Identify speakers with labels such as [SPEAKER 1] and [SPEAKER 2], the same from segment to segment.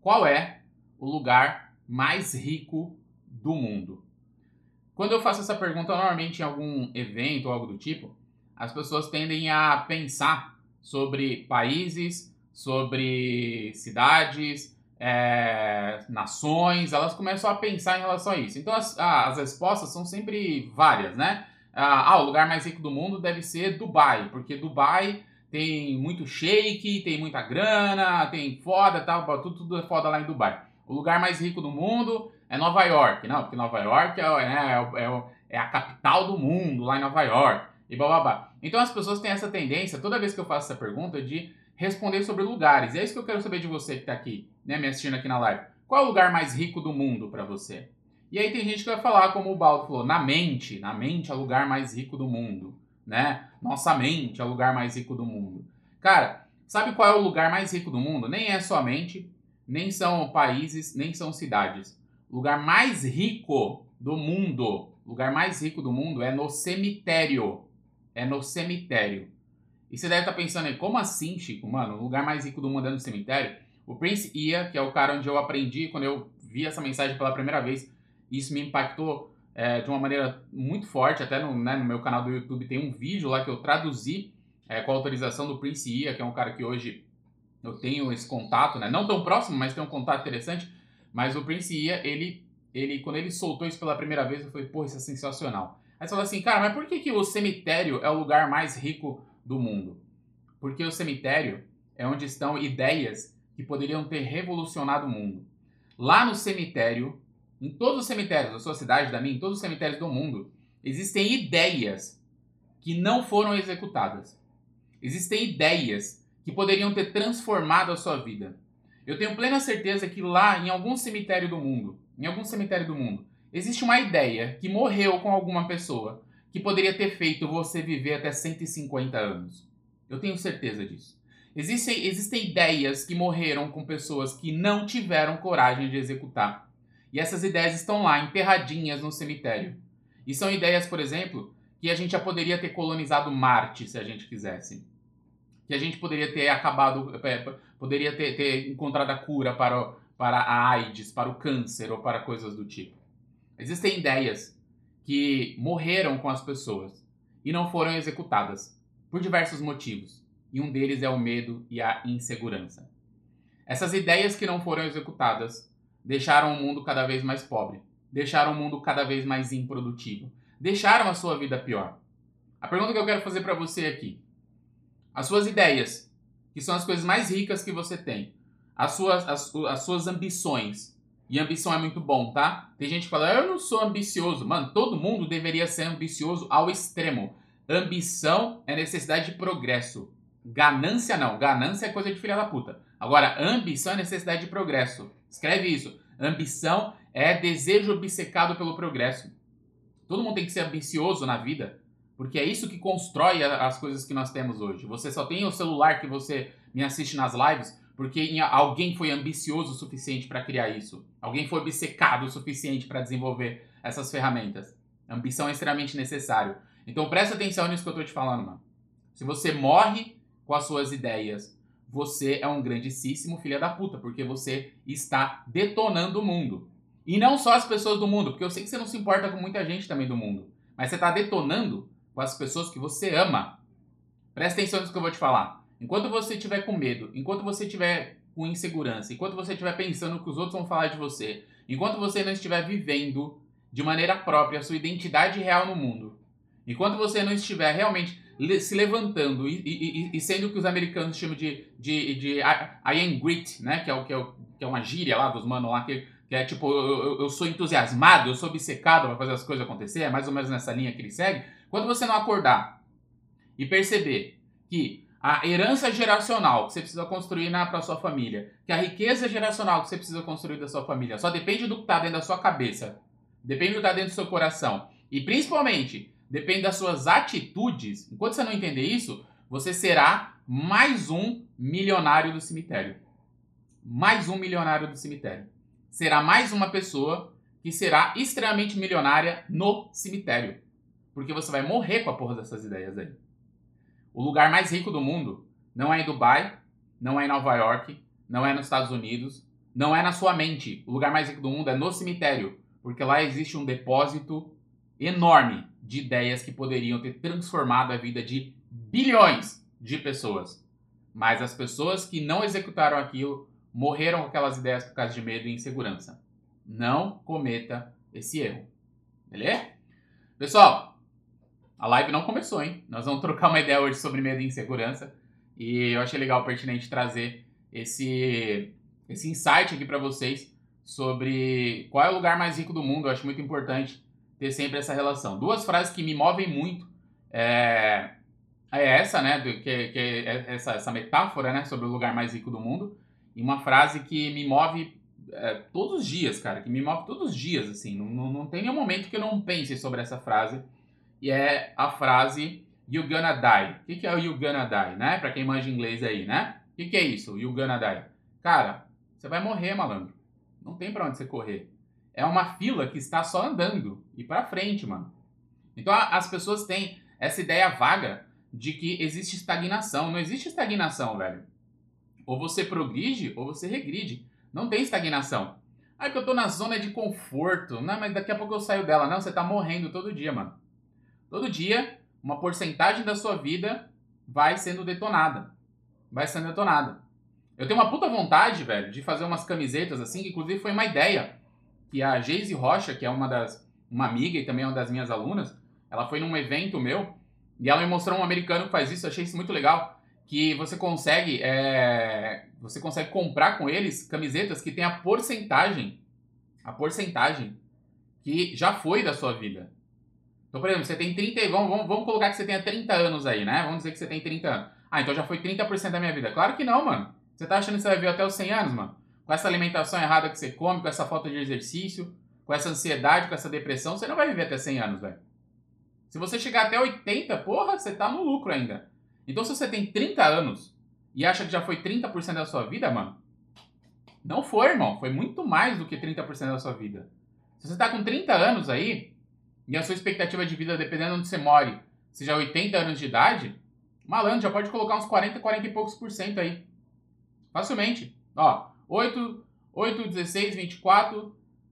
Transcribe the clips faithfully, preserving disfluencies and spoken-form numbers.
[SPEAKER 1] Qual é o lugar mais rico do mundo? Quando eu faço essa pergunta, normalmente em algum evento ou algo do tipo, as pessoas tendem a pensar sobre países, sobre cidades, é, nações, elas começam a pensar em relação a isso. Então as, as respostas são sempre várias, né? Ah, o lugar mais rico do mundo deve ser Dubai, porque Dubai tem muito shake, tem muita grana, tem foda, tal, tudo, tudo é foda lá em Dubai. O lugar mais rico do mundo é Nova York, não, porque Nova York é, é, é, é a capital do mundo, lá em Nova York, e blá blá blá. Então as pessoas têm essa tendência, toda vez que eu faço essa pergunta, de responder sobre lugares. E é isso que eu quero saber de você que está aqui, né, me assistindo aqui na live. Qual é o lugar mais rico do mundo para você? E aí tem gente que vai falar, como o Baldo falou, na mente, na mente é o lugar mais rico do mundo, né? Nossa mente é o lugar mais rico do mundo. Cara, sabe qual é o lugar mais rico do mundo? Nem é só a mente, nem são países, nem são cidades. O lugar mais rico do mundo, lugar mais rico do mundo é no cemitério. É no cemitério. E você deve estar pensando aí, como assim, Chico? Mano, o lugar mais rico do mundo é no cemitério? O Prince Ia, que é o cara onde eu aprendi, quando eu vi essa mensagem pela primeira vez, isso me impactou é, de uma maneira muito forte. Até no, né, no meu canal do YouTube tem um vídeo lá que eu traduzi é, com a autorização do Prince Ia, que é um cara que hoje eu tenho esse contato, né? Não tão próximo, mas tem um contato interessante. Mas o Prince Ia, ele, ele, quando ele soltou isso pela primeira vez, eu falei, pô, isso é sensacional. Aí você fala assim, cara, mas por que, que o cemitério é o lugar mais rico do mundo? Porque o cemitério é onde estão ideias que poderiam ter revolucionado o mundo. Lá no cemitério, em todos os cemitérios da sua cidade, da minha, em todos os cemitérios do mundo, existem ideias que não foram executadas. Existem ideias que poderiam ter transformado a sua vida. Eu tenho plena certeza que lá, em algum cemitério do mundo, em algum cemitério do mundo, existe uma ideia que morreu com alguma pessoa que poderia ter feito você viver até cento e cinquenta anos. Eu tenho certeza disso. Existem, existem ideias que morreram com pessoas que não tiveram coragem de executar. E essas ideias estão lá, enterradinhas no cemitério. E são ideias, por exemplo, que a gente já poderia ter colonizado Marte se a gente quisesse. Que a gente poderia ter acabado, poderia ter, ter encontrado a cura para, para a AIDS, para o câncer ou para coisas do tipo. Existem ideias que morreram com as pessoas e não foram executadas por diversos motivos. E um deles é o medo e a insegurança. Essas ideias que não foram executadas deixaram o mundo cada vez mais pobre, deixaram o mundo cada vez mais improdutivo, deixaram a sua vida pior. A pergunta que eu quero fazer para você aqui: as suas ideias, que são as coisas mais ricas que você tem, as suas, as, as suas ambições, e ambição é muito bom, tá? Tem gente que fala, eu não sou ambicioso. Mano, todo mundo deveria ser ambicioso ao extremo. Ambição é necessidade de progresso. Ganância não. Ganância é coisa de filha da puta. Agora, ambição é necessidade de progresso. Escreve isso. Ambição é desejo obcecado pelo progresso. Todo mundo tem que ser ambicioso na vida, porque é isso que constrói as coisas que nós temos hoje. Você só tem o celular que você me assiste nas lives porque alguém foi ambicioso o suficiente para criar isso. Alguém foi obcecado o suficiente para desenvolver essas ferramentas. Ambição é extremamente necessário. Então presta atenção nisso que eu estou te falando, mano. Se você morre com as suas ideias, você é um grandíssimo filho da puta, porque você está detonando o mundo. E não só as pessoas do mundo, porque eu sei que você não se importa com muita gente também do mundo, mas você está detonando com as pessoas que você ama. Presta atenção nisso que eu vou te falar. Enquanto você estiver com medo, enquanto você estiver com insegurança, enquanto você estiver pensando o que os outros vão falar de você, enquanto você não estiver vivendo de maneira própria a sua identidade real no mundo, enquanto você não estiver realmente se levantando e, e, e sendo o que os americanos chamam de, de, de I am grit, né? Que é, o, que, é o, que é uma gíria lá dos manos lá, que, que é tipo, eu, eu sou entusiasmado, eu sou obcecado para fazer as coisas acontecer, é mais ou menos nessa linha que ele segue. Quando você não acordar e perceber que a herança geracional que você precisa construir para sua família, que a riqueza geracional que você precisa construir da sua família, só depende do que está dentro da sua cabeça, depende do que está dentro do seu coração, e principalmente depende das suas atitudes. Enquanto você não entender isso, você será mais um milionário do cemitério. Mais um milionário do cemitério. Será mais uma pessoa que será extremamente milionária no cemitério. Porque você vai morrer com a porra dessas ideias aí. O lugar mais rico do mundo não é em Dubai, não é em Nova York, não é nos Estados Unidos, não é na sua mente. O lugar mais rico do mundo é no cemitério, porque lá existe um depósito enorme de ideias que poderiam ter transformado a vida de bilhões de pessoas. Mas as pessoas que não executaram aquilo morreram com aquelas ideias por causa de medo e insegurança. Não cometa esse erro. Beleza? Pessoal, a live não começou, hein? Nós vamos trocar uma ideia hoje sobre medo e insegurança. E eu achei legal, pertinente, trazer esse, esse insight aqui para vocês sobre qual é o lugar mais rico do mundo. Eu acho muito importante ter sempre essa relação. Duas frases que me movem muito é, é essa, né? Do, que, que é essa, essa metáfora, né? Sobre o lugar mais rico do mundo. E uma frase que me move é, todos os dias, cara. Que me move todos os dias, assim. Não, não, não tem nenhum momento que eu não pense sobre essa frase. E é a frase "You gonna die". O que, que é o "You gonna die", né? Pra quem manja inglês aí, né? O que, que é isso, "You gonna die"? Cara, você vai morrer, malandro. Não tem pra onde você correr. É uma fila que está só andando. E pra frente, mano. Então as pessoas têm essa ideia vaga de que existe estagnação. Não existe estagnação, velho. Ou você progride ou você regride. Não tem estagnação. Ah, porque eu tô na zona de conforto. Não, mas daqui a pouco eu saio dela. Não, você tá morrendo todo dia, mano. Todo dia, uma porcentagem da sua vida vai sendo detonada. Vai sendo detonada. Eu tenho uma puta vontade, velho, de fazer umas camisetas assim, que inclusive foi uma ideia que a Geise Rocha, que é uma das uma amiga e também uma das minhas alunas, ela foi num evento meu e ela me mostrou um americano que faz isso. Eu achei isso muito legal, que você consegue é, você consegue comprar com eles camisetas que tem a porcentagem a porcentagem que já foi da sua vida. Então, por exemplo, você tem trinta, vamos, vamos, vamos colocar que você tenha trinta anos aí, né? Vamos dizer que você tem trinta anos. Ah, então já foi trinta por cento da minha vida. Claro que não, mano. Você tá achando que você vai viver até os cem anos, mano? Com essa alimentação errada que você come, com essa falta de exercício, com essa ansiedade, com essa depressão, você não vai viver até cem anos, velho. Se você chegar até oitenta, porra, você tá no lucro ainda. Então, se você tem trinta anos e acha que já foi trinta por cento da sua vida, mano, não foi, irmão. Foi muito mais do que trinta por cento da sua vida. Se você tá com trinta anos aí, e a sua expectativa de vida, dependendo de onde você more, seja oitenta anos de idade, malandro, já pode colocar uns quarenta, quarenta e poucos por cento aí. Facilmente. Ó, oito, oito, dezesseis, vinte e quatro,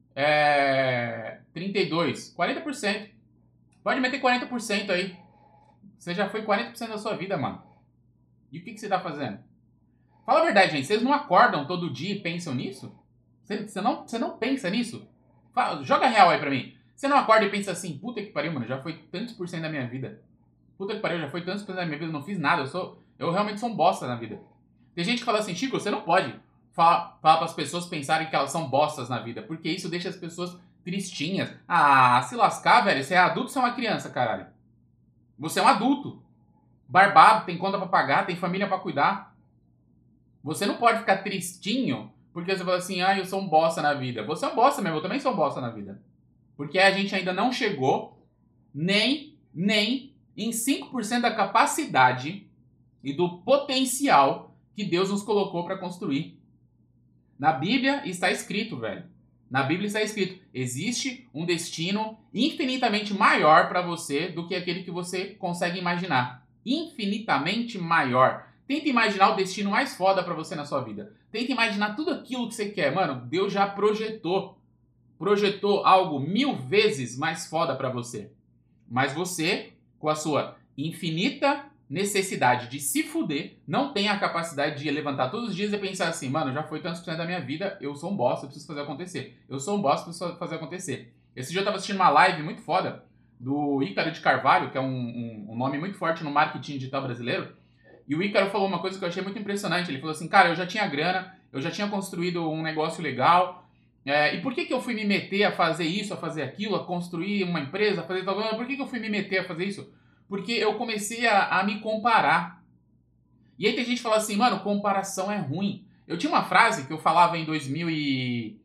[SPEAKER 1] é, trinta e dois, quarenta por cento. Pode meter quarenta por cento aí. Você já foi quarenta por cento da sua vida, mano. E o que, que você tá fazendo? Fala a verdade, gente. Vocês não acordam todo dia e pensam nisso? Você, você, não, você não pensa nisso? Fala, joga real aí pra mim. Você não acorda e pensa assim, puta que pariu, mano, já foi tantos por cento da minha vida. Puta que pariu, já foi tantos por cento da minha vida, eu não fiz nada, eu sou, eu realmente sou um bosta na vida. Tem gente que fala assim, Chico, você não pode falar, falar para as pessoas pensarem que elas são bostas na vida, porque isso deixa as pessoas tristinhas. Ah, se lascar, velho, você é adulto ou você é uma criança, caralho? Você é um adulto. Barbado, tem conta pra pagar, tem família pra cuidar. Você não pode ficar tristinho porque você fala assim, ah, eu sou um bosta na vida. Você é um bosta mesmo, eu também sou um bosta na vida. Porque a gente ainda não chegou nem, nem em cinco por cento da capacidade e do potencial que Deus nos colocou para construir. Na Bíblia está escrito, velho. Na Bíblia está escrito, existe um destino infinitamente maior para você do que aquele que você consegue imaginar. Infinitamente maior. Tenta imaginar o destino mais foda para você na sua vida. Tenta imaginar tudo aquilo que você quer. Mano, Deus já projetou. Projetou algo mil vezes mais foda pra você. Mas você, com a sua infinita necessidade de se fuder, não tem a capacidade de levantar todos os dias e pensar assim, mano, já foi tantos por cento da minha vida, eu sou um bosta, eu preciso fazer acontecer. Eu sou um bosta, eu preciso fazer acontecer. Esse dia eu tava assistindo uma live muito foda do Ícaro de Carvalho, que é um, um, um nome muito forte no marketing digital brasileiro. E o Ícaro falou uma coisa que eu achei muito impressionante. Ele falou assim, cara, eu já tinha grana, eu já tinha construído um negócio legal. É, e por que, que eu fui me meter a fazer isso, a fazer aquilo, a construir uma empresa, a fazer tal coisa? Por que, que eu fui me meter a fazer isso? Porque eu comecei a, a me comparar. E aí tem gente que fala assim, mano, comparação é ruim. Eu tinha uma frase que eu falava em dois mil e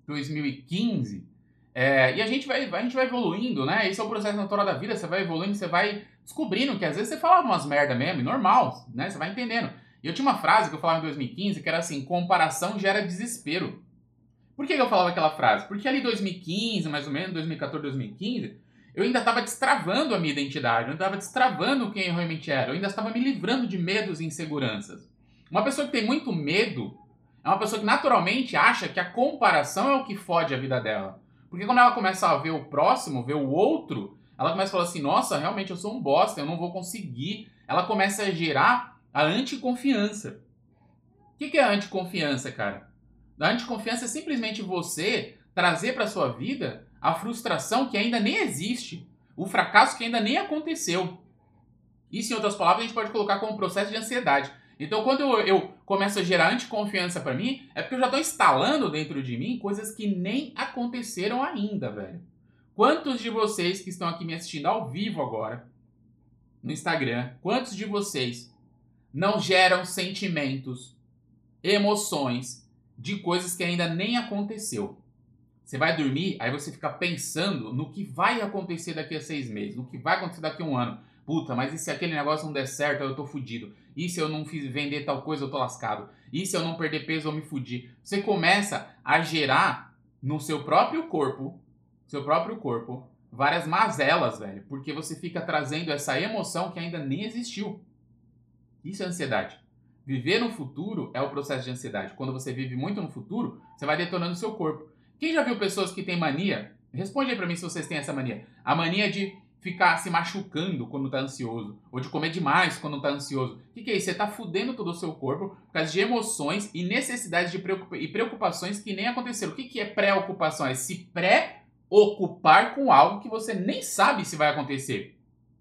[SPEAKER 1] quinze, é, e a gente, vai, a gente vai evoluindo, né? Esse é o processo natural da vida, você vai evoluindo, você vai descobrindo que às vezes você falava umas merda mesmo, normal, né? Você vai entendendo. E eu tinha uma frase que eu falava em dois mil e quinze que era assim, comparação gera desespero. Por que eu falava aquela frase? Porque ali em dois mil e quinze, mais ou menos, dois mil e quatorze, dois mil e quinze, eu ainda estava destravando a minha identidade, eu ainda estava destravando quem eu realmente era, eu ainda estava me livrando de medos e inseguranças. Uma pessoa que tem muito medo, É uma pessoa que naturalmente acha que a comparação é o que fode a vida dela. Porque quando ela começa a ver o próximo, ver o outro, ela começa a falar assim, nossa, realmente eu sou um bosta, eu não vou conseguir. Ela começa a gerar a anticonfiança. O que é a anticonfiança, cara? A anticonfiança é simplesmente você trazer para sua vida a frustração que ainda nem existe, o fracasso que ainda nem aconteceu. Isso, em outras palavras, a gente pode colocar como processo de ansiedade. Então, quando eu, eu começo a gerar anticonfiança para mim, é porque eu já estou instalando dentro de mim coisas que nem aconteceram ainda, velho. Quantos de vocês que estão aqui me assistindo ao vivo agora, no Instagram, quantos de vocês não geram sentimentos, emoções de coisas que ainda nem aconteceu? Você vai dormir, aí você fica pensando no que vai acontecer daqui a seis meses, no que vai acontecer daqui a um ano. Puta, mas e se aquele negócio não der certo, eu tô fudido. E se eu não fiz vender tal coisa, eu tô lascado. E se eu não perder peso, eu me fudi. Você começa a gerar no seu próprio corpo, seu próprio corpo, várias mazelas, velho. Porque você fica trazendo essa emoção que ainda nem existiu. Isso é ansiedade. Viver no futuro é o processo de ansiedade. Quando você vive muito no futuro, você vai detonando o seu corpo. Quem já viu pessoas que têm mania? Responde aí pra mim se vocês têm essa mania. A mania de ficar se machucando quando tá ansioso. Ou de comer demais quando tá ansioso. O que, que é isso? Você tá fudendo todo o seu corpo por causa de emoções e necessidades de preocupa e preocupações que nem aconteceram. O que, que é preocupação? É se pré-ocupar com algo que você nem sabe se vai acontecer.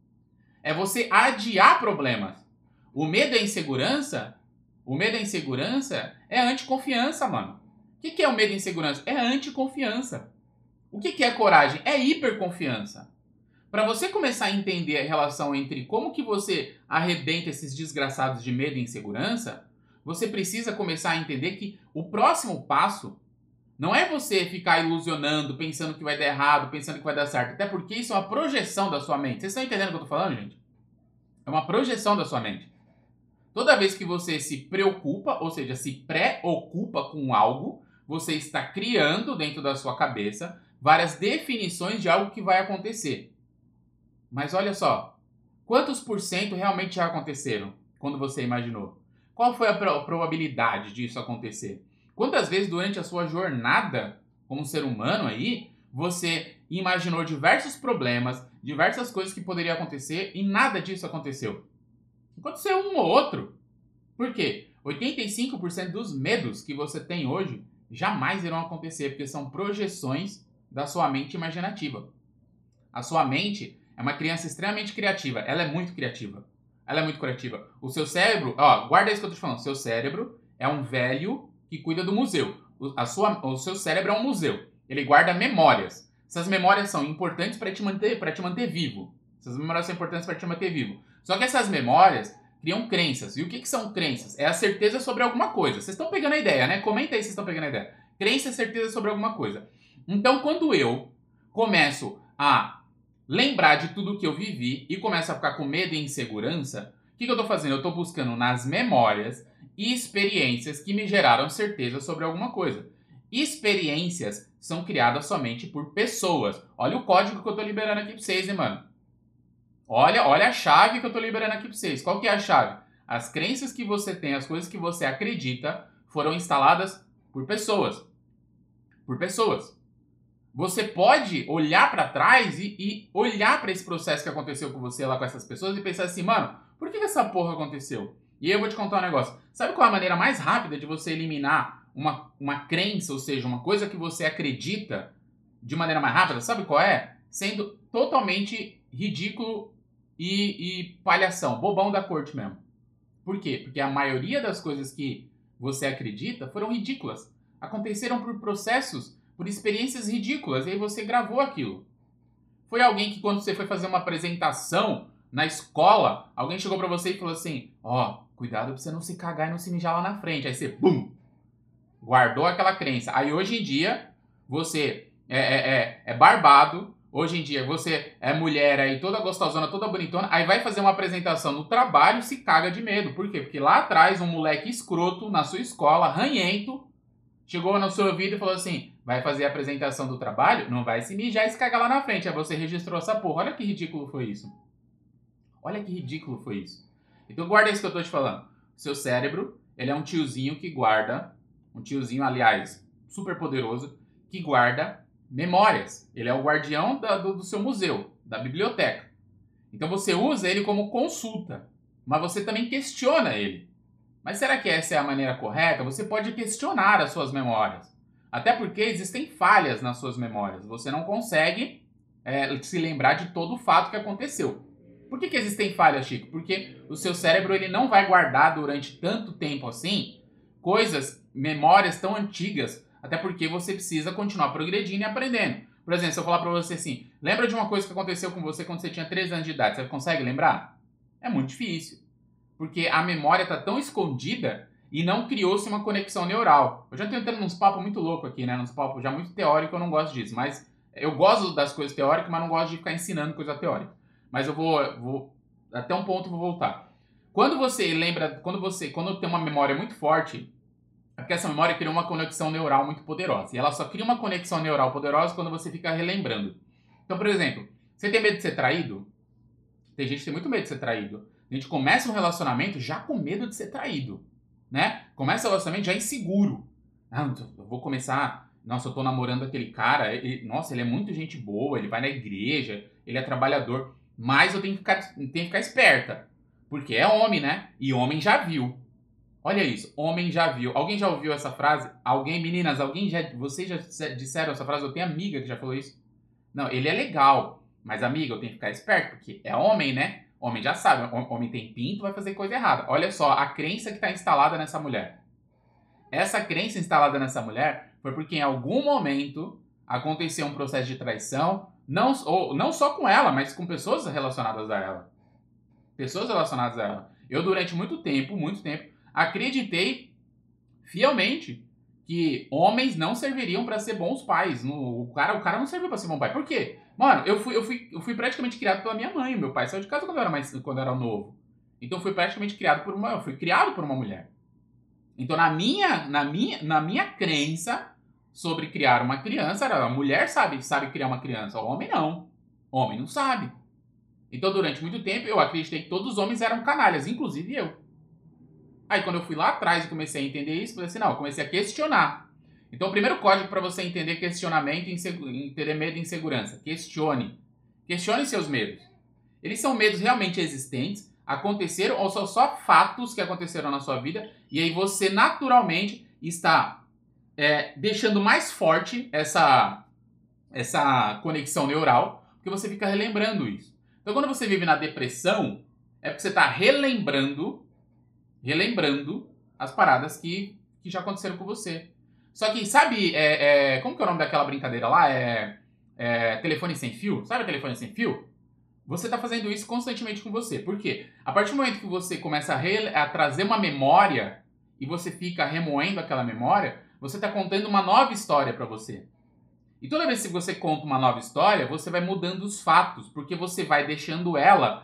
[SPEAKER 1] É você adiar problemas. O medo e a insegurança, o medo e a insegurança é anticonfiança, mano. O que, que é o medo e a insegurança? É anticonfiança. O que, que é coragem? É hiperconfiança. Para você começar a entender a relação entre como que você arrebenta esses desgraçados de medo e insegurança, você precisa começar a entender que o próximo passo não é você ficar ilusionando, pensando que vai dar errado, pensando que vai dar certo. Até porque isso é uma projeção da sua mente. Vocês estão entendendo o que eu estou falando, gente? É uma projeção da sua mente. Toda vez que você se preocupa, ou seja, se preocupa com algo, você está criando dentro da sua cabeça várias definições de algo que vai acontecer. Mas olha só, quantos por cento realmente já aconteceram quando você imaginou? Qual foi a pro- probabilidade disso acontecer? Quantas vezes durante a sua jornada como ser humano aí, você imaginou diversos problemas, diversas coisas que poderiam acontecer e nada disso aconteceu? Aconteceu um ou outro. Por quê? oitenta e cinco por cento dos medos que você tem hoje jamais irão acontecer, porque são projeções da sua mente imaginativa. A sua mente é uma criança extremamente criativa. Ela é muito criativa. Ela é muito criativa. O seu cérebro, ó, guarda isso que eu tô te falando. O seu cérebro é um velho que cuida do museu. O, a sua, o seu cérebro é um museu. Ele guarda memórias. Essas memórias são importantes para te manter, para te manter vivo. Essas memórias são importantes para te manter vivo. Só que essas memórias criam crenças. E o que, que são crenças? É a certeza sobre alguma coisa. Vocês estão pegando a ideia, né? Comenta aí se vocês estão pegando a ideia. Crença é certeza sobre alguma coisa. Então, quando eu começo a lembrar de tudo que eu vivi e começo a ficar com medo e insegurança, o que, que eu estou fazendo? Eu estou buscando nas memórias e experiências que me geraram certeza sobre alguma coisa. Experiências são criadas somente por pessoas. Olha o código que eu estou liberando aqui para vocês, hein, mano? Olha, olha a chave que eu estou liberando aqui para vocês. Qual que é a chave? As crenças que você tem, as coisas que você acredita, foram instaladas por pessoas. Por pessoas. Você pode olhar para trás e, e olhar para esse processo que aconteceu com você lá com essas pessoas e pensar assim, mano, por que essa porra aconteceu? E aí eu vou te contar um negócio. Sabe qual é a maneira mais rápida de você eliminar uma, uma crença, ou seja, uma coisa que você acredita de maneira mais rápida? Sabe qual é? Sendo totalmente ridículo e, e palhação, bobão da corte mesmo. Por quê? Porque a maioria das coisas que você acredita foram ridículas. Aconteceram por processos, por experiências ridículas, e aí você gravou aquilo. Foi alguém que quando você foi fazer uma apresentação na escola, alguém chegou pra você e falou assim, ó, oh, cuidado pra você não se cagar e não se mijar lá na frente. Aí você, bum, guardou aquela crença. Aí hoje em dia, você é, é, é, é barbado, hoje em dia você é mulher aí, toda gostosona, toda bonitona, aí vai fazer uma apresentação no trabalho e se caga de medo. Por quê? Porque lá atrás um moleque escroto na sua escola, ranhento, chegou no seu ouvido e falou assim, vai fazer a apresentação do trabalho? Não vai se mijar e se cagar lá na frente. Aí você registrou essa porra. Olha que ridículo foi isso. Olha que ridículo foi isso. Então guarda isso que eu tô te falando. Seu cérebro, ele é um tiozinho que guarda um tiozinho, aliás, super poderoso, que guarda memórias. Ele é o guardião da, do, do seu museu, da biblioteca. Então você usa ele como consulta, mas você também questiona ele. Mas será que essa é a maneira correta? Você pode questionar as suas memórias. Até porque existem falhas nas suas memórias. Você não consegue é, se lembrar de todo o fato que aconteceu. Por que, que existem falhas, Chico? Porque o seu cérebro ele não vai guardar durante tanto tempo assim coisas, memórias tão antigas, até porque você precisa continuar progredindo e aprendendo. Por exemplo, se eu falar pra você assim, lembra de uma coisa que aconteceu com você quando você tinha treze anos de idade, você consegue lembrar? É muito difícil. Porque a memória está tão escondida e não criou-se uma conexão neural. Eu já estou entrando nos papos muito loucos aqui, né? Nos papos já muito teóricos, eu não gosto disso. Mas eu gosto das coisas teóricas, mas não gosto de ficar ensinando coisa teórica. Mas eu vou, vou até um ponto vou voltar. Quando você lembra, quando você, quando tem uma memória muito forte, é porque essa memória cria uma conexão neural muito poderosa. E ela só cria uma conexão neural poderosa quando você fica relembrando. Então, por exemplo, você tem medo de ser traído? Tem gente que tem muito medo de ser traído. A gente começa um relacionamento já com medo de ser traído, né? Começa o relacionamento já inseguro. Ah, eu vou começar... Nossa, eu tô namorando aquele cara. Ele, nossa, ele é muito gente boa, ele vai na igreja, ele é trabalhador. Mas eu tenho que ficar, tenho que ficar esperta. Porque é homem, né? E homem já viu. Olha isso, homem já viu. Alguém já ouviu essa frase? Alguém, meninas, alguém já... Vocês já disseram essa frase? Eu tenho amiga que já falou isso. Não, ele é legal. Mas, amiga, eu tenho que ficar esperto, porque é homem, né? Homem já sabe, homem tem pinto, vai fazer coisa errada. Olha só, a crença que está instalada nessa mulher. Essa crença instalada nessa mulher foi porque em algum momento aconteceu um processo de traição, não, ou, não só com ela, mas com pessoas relacionadas a ela. Pessoas relacionadas a ela. Eu, durante muito tempo, muito tempo, acreditei fielmente que homens não serviriam para ser bons pais. No, o, cara, o cara não serviu para ser bom pai. Por quê? Mano, eu fui, eu, fui, eu fui praticamente criado pela minha mãe. Meu pai saiu de casa quando eu era, mais, quando eu era novo. Então eu fui praticamente criado por uma... Eu fui criado por uma mulher. Então na minha, na minha, na minha crença sobre criar uma criança, a mulher sabe, sabe criar uma criança. O homem não. O homem não sabe. Então durante muito tempo eu acreditei que todos os homens eram canalhas, inclusive eu. Aí quando eu fui lá atrás e comecei a entender isso, falei assim, não, eu comecei a questionar. Então o primeiro código para você entender questionamento e entender medo e insegurança. Questione. Questione seus medos. Eles são medos realmente existentes, aconteceram ou são só fatos que aconteceram na sua vida e aí você naturalmente está é, deixando mais forte essa, essa conexão neural, porque você fica relembrando isso. Então quando você vive na depressão, é porque você está relembrando relembrando as paradas que, que já aconteceram com você. Só que, sabe, é, é, como que é o nome daquela brincadeira lá? É, é telefone sem fio? Sabe telefone sem fio? Você está fazendo isso constantemente com você. Por quê? A partir do momento que você começa a, re, a trazer uma memória e você fica remoendo aquela memória, você está contando uma nova história para você. E toda vez que você conta uma nova história, você vai mudando os fatos, porque você vai deixando ela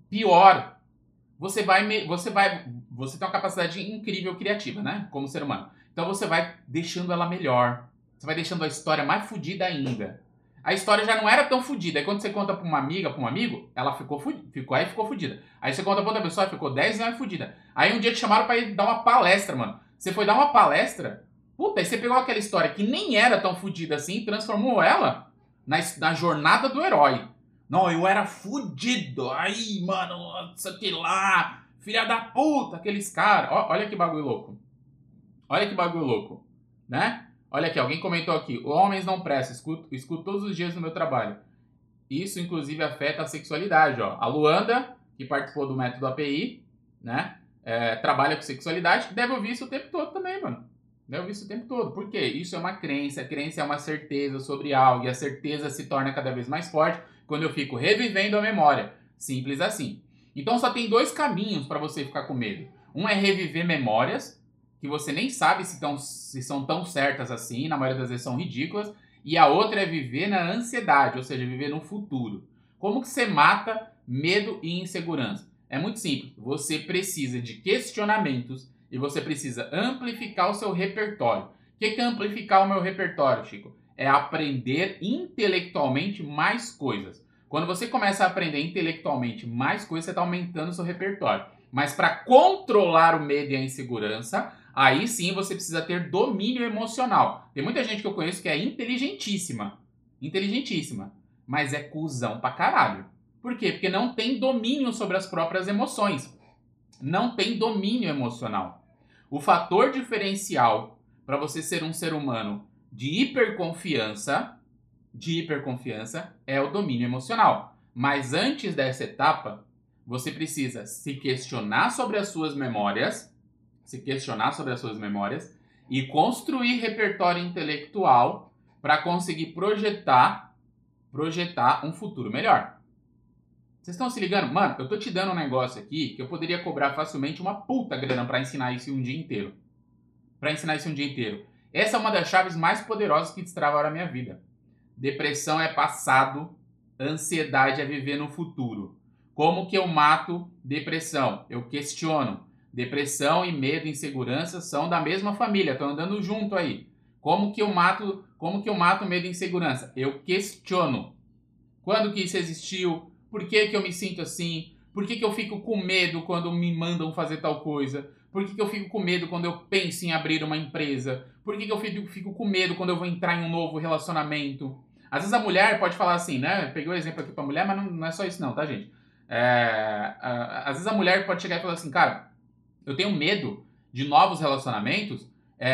[SPEAKER 1] pior. Você vai, você vai, você tem uma capacidade incrível criativa, né? Como ser humano. Então você vai deixando ela melhor. Você vai deixando a história mais fodida ainda. A história já não era tão fodida. Aí quando você conta pra uma amiga, pra um amigo, ela ficou fodida. Ficou, aí ficou fodida. Aí você conta pra outra pessoa, ficou dez anos fodida. Aí um dia te chamaram pra ir dar uma palestra, mano. Você foi dar uma palestra. Puta, aí você pegou aquela história que nem era tão fodida assim e transformou ela na, na jornada do herói. Não, eu era fudido. Aí, mano, isso aqui lá. Filha da puta, aqueles caras. Olha que bagulho louco. Olha que bagulho louco. Né? Olha aqui, alguém comentou aqui. Homens não prestam. Escuto, escuto todos os dias no meu trabalho. Isso, inclusive, afeta a sexualidade. Ó. A Luanda, que participou do método A P I, né? É, trabalha com sexualidade. Deve ouvir isso o tempo todo também, mano. Deve ouvir isso o tempo todo. Por quê? Isso é uma crença. A crença é uma certeza sobre algo. E a certeza se torna cada vez mais forte quando eu fico revivendo a memória. Simples assim. Então só tem dois caminhos para você ficar com medo. Um é reviver memórias, que você nem sabe se, tão, se são tão certas assim, na maioria das vezes são ridículas. E a outra é viver na ansiedade, ou seja, viver no futuro. Como que você mata medo e insegurança? É muito simples. Você precisa de questionamentos e você precisa amplificar o seu repertório. O que é amplificar o meu repertório, Chico? É aprender intelectualmente mais coisas. Quando você começa a aprender intelectualmente mais coisas, você está aumentando o seu repertório. Mas para controlar o medo e a insegurança, Aí sim você precisa ter domínio emocional. Tem muita gente que eu conheço que é inteligentíssima. Inteligentíssima. Mas é cuzão pra caralho. Por quê? Porque não tem domínio sobre as próprias emoções. Não tem domínio emocional. O fator diferencial para você ser um ser humano de hiperconfiança, de hiperconfiança, é o domínio emocional. Mas antes dessa etapa, você precisa se questionar sobre as suas memórias, se questionar sobre as suas memórias e construir repertório intelectual para conseguir projetar, projetar um futuro melhor. Vocês estão se ligando? Mano, eu tô te dando um negócio aqui que eu poderia cobrar facilmente uma puta grana para ensinar isso um dia inteiro. Para ensinar isso um dia inteiro. Essa é uma das chaves mais poderosas que destravaram a minha vida. Depressão é passado, ansiedade é viver no futuro. Como que eu mato depressão? Eu questiono. Depressão e medo e insegurança são da mesma família, estão andando junto aí. Como que eu mato, como que eu mato medo e insegurança? Eu questiono. Quando que isso existiu? Por que que eu me sinto assim? Por que que eu fico com medo quando me mandam fazer tal coisa? Por que que eu fico com medo quando eu penso em abrir uma empresa? Por que que eu fico, fico com medo quando eu vou entrar em um novo relacionamento? Às vezes a mulher pode falar assim, né? Peguei o exemplo aqui pra mulher, mas não, não é só isso não, tá, gente? É, às vezes a mulher pode chegar e falar assim, cara, eu tenho medo de novos relacionamentos,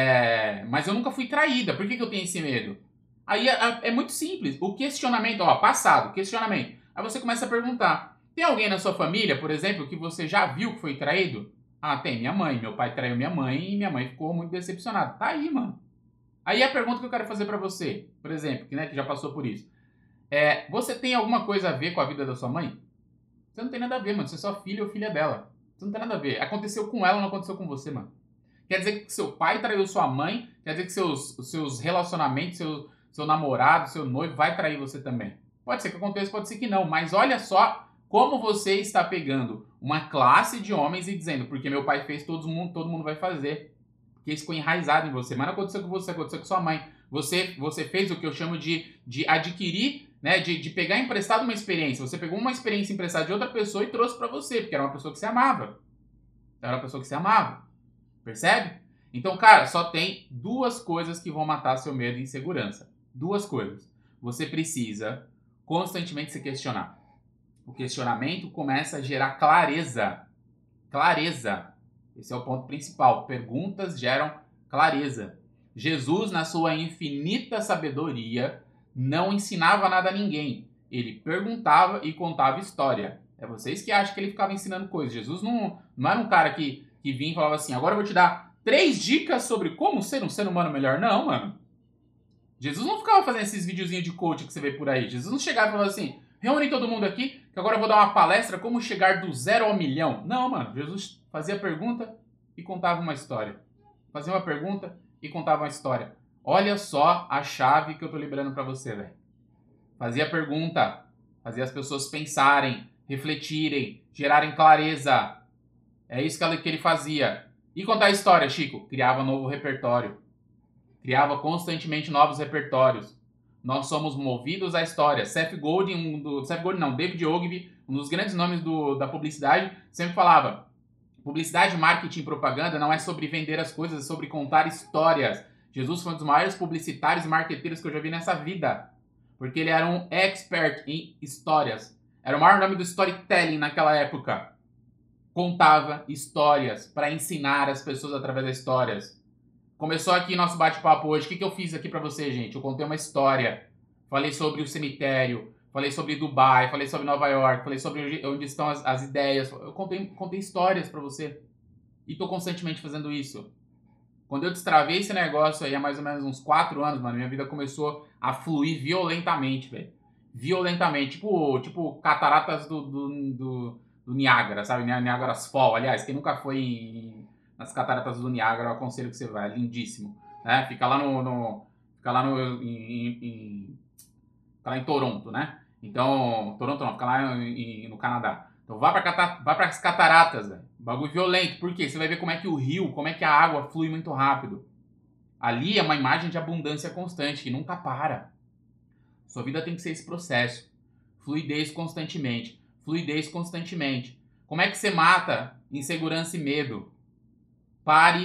[SPEAKER 1] é, mas eu nunca fui traída. Por que que eu tenho esse medo? Aí é, é muito simples. O questionamento, ó, passado, questionamento. Aí você começa a perguntar, tem alguém na sua família, por exemplo, que você já viu que foi traído? Ah, tem minha mãe. Meu pai traiu minha mãe e minha mãe ficou muito decepcionada. Tá aí, mano. Aí a pergunta que eu quero fazer pra você, por exemplo, que, né, que já passou por isso. É, você tem alguma coisa a ver com a vida da sua mãe? Você não tem nada a ver, mano. Você é só filho ou filha dela. Você não tem nada a ver. Aconteceu com ela, não aconteceu com você, mano. Quer dizer que seu pai traiu sua mãe, quer dizer que seus, seus relacionamentos, seu, seu namorado, seu noivo vai trair você também. Pode ser que aconteça, pode ser que não. Mas olha só como você está pegando uma classe de homens e dizendo, porque meu pai fez, todo mundo, todo mundo vai fazer. Porque isso ficou enraizado em você. Mas não aconteceu com você, aconteceu com sua mãe. Você, você fez o que eu chamo de, de adquirir, né, de, de pegar emprestado uma experiência. Você pegou uma experiência emprestada de outra pessoa e trouxe pra você, porque era uma pessoa que você amava. Era uma pessoa que você amava. Percebe? Então, cara, só tem duas coisas que vão matar seu medo e insegurança. Duas coisas. Você precisa constantemente se questionar. O questionamento começa a gerar clareza. Clareza. Esse é o ponto principal. Perguntas geram clareza. Jesus, na sua infinita sabedoria, não ensinava nada a ninguém. Ele perguntava e contava história. É vocês que acham que ele ficava ensinando coisas. Jesus não, não era um cara que, que vinha e falava assim, agora eu vou te dar três dicas sobre como ser um ser humano melhor. Não, mano. Jesus não ficava fazendo esses videozinhos de coach que você vê por aí. Jesus não chegava e falava assim, reúne todo mundo aqui, que agora eu vou dar uma palestra como chegar do zero ao milhão. Não, mano. Jesus fazia pergunta e contava uma história. Fazia uma pergunta e contava uma história. Olha só a chave que eu tô liberando pra você, velho. Fazia pergunta, fazia as pessoas pensarem, refletirem, gerarem clareza. É isso que ele fazia. E contar história, Chico? Criava novo repertório. Criava constantemente novos repertórios. Nós somos movidos à história. Seth Godin, um do, Seth Godin não, David Ogilvy, um dos grandes nomes do, da publicidade, sempre falava, publicidade, marketing e propaganda não é sobre vender as coisas, é sobre contar histórias. Jesus foi um dos maiores publicitários e marqueteiros que eu já vi nessa vida. Porque ele era um expert em histórias. Era o maior nome do storytelling naquela época. Contava histórias para ensinar as pessoas através das histórias. Começou aqui nosso bate-papo hoje. O que, que eu fiz aqui pra você, gente? Eu contei uma história. Falei sobre o cemitério. Falei sobre Dubai. Falei sobre Nova York. Falei sobre onde estão as, as ideias. Eu contei, contei histórias pra você. E tô constantemente fazendo isso. Quando eu destravei esse negócio aí há mais ou menos uns quatro anos, mano, minha vida começou a fluir violentamente, velho. Violentamente. Tipo, tipo cataratas do, do, do, do Niágara, sabe? Niágara's Fall. Aliás, quem nunca foi em... nas cataratas do Niágara, eu aconselho que você vá, é lindíssimo, né? Fica lá no, no fica lá no em, em, fica lá em Toronto, né? Então, Toronto não, fica lá em, no Canadá. Então vá para vá para as cataratas, velho. Bagulho violento, por quê? Você vai ver como é que o rio, como é que a água flui muito rápido. Ali é uma imagem de abundância constante que nunca para. Sua vida tem que ser esse processo. Fluidez constantemente, fluidez constantemente. Como é que você mata insegurança e medo? Pare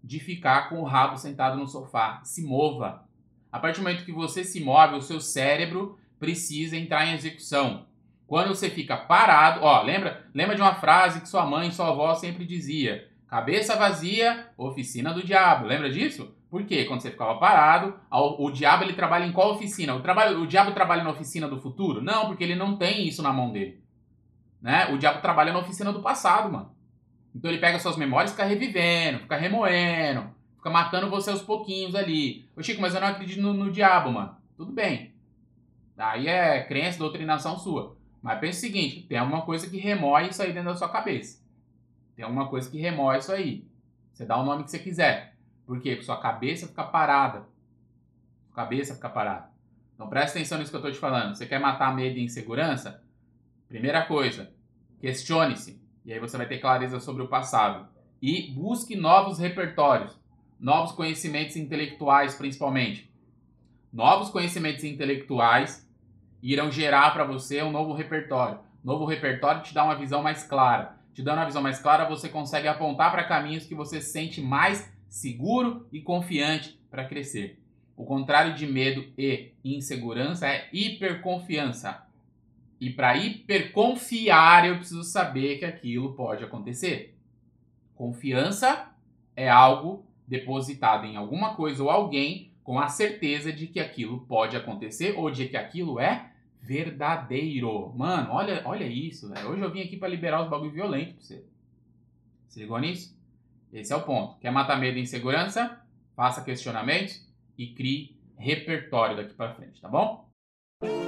[SPEAKER 1] de ficar com o rabo sentado no sofá. Se mova. A partir do momento que você se move, o seu cérebro precisa entrar em execução. Quando você fica parado, ó, lembra, lembra de uma frase que sua mãe e sua avó sempre dizia: cabeça vazia, oficina do diabo. Lembra disso? Por quê? Quando você ficava parado, o, o diabo ele trabalha em qual oficina? O, trabalho, o diabo trabalha na oficina do futuro? Não, porque ele não tem isso na mão dele. Né? O diabo trabalha na oficina do passado, mano. Então ele pega suas memórias e fica revivendo, fica remoendo, fica matando você aos pouquinhos ali. Ô Chico, mas eu não acredito no, no diabo, mano. Tudo bem. Aí é crença, doutrinação sua. Mas pensa o seguinte, tem alguma coisa que remói isso aí dentro da sua cabeça. Tem alguma coisa que remói isso aí. Você dá o nome que você quiser. Por quê? Porque sua cabeça fica parada. Sua cabeça fica parada. Então presta atenção nisso que eu tô te falando. Você quer matar medo e insegurança? Primeira coisa, questione-se. E aí você vai ter clareza sobre o passado. E busque novos repertórios. Novos conhecimentos intelectuais, principalmente. Novos conhecimentos intelectuais irão gerar para você um novo repertório. Novo repertório te dá uma visão mais clara. Te dando uma visão mais clara, você consegue apontar para caminhos que você se sente mais seguro e confiante para crescer. O contrário de medo e insegurança é hiperconfiança. E para hiperconfiar, eu preciso saber que aquilo pode acontecer. Confiança é algo depositado em alguma coisa ou alguém com a certeza de que aquilo pode acontecer ou de que aquilo é verdadeiro. Mano, olha, olha isso, velho. Hoje eu vim aqui para liberar os bagulho violento pra você. Se ligou nisso? Esse é o ponto. Quer matar medo e insegurança? Faça questionamentos e crie repertório daqui para frente, tá bom?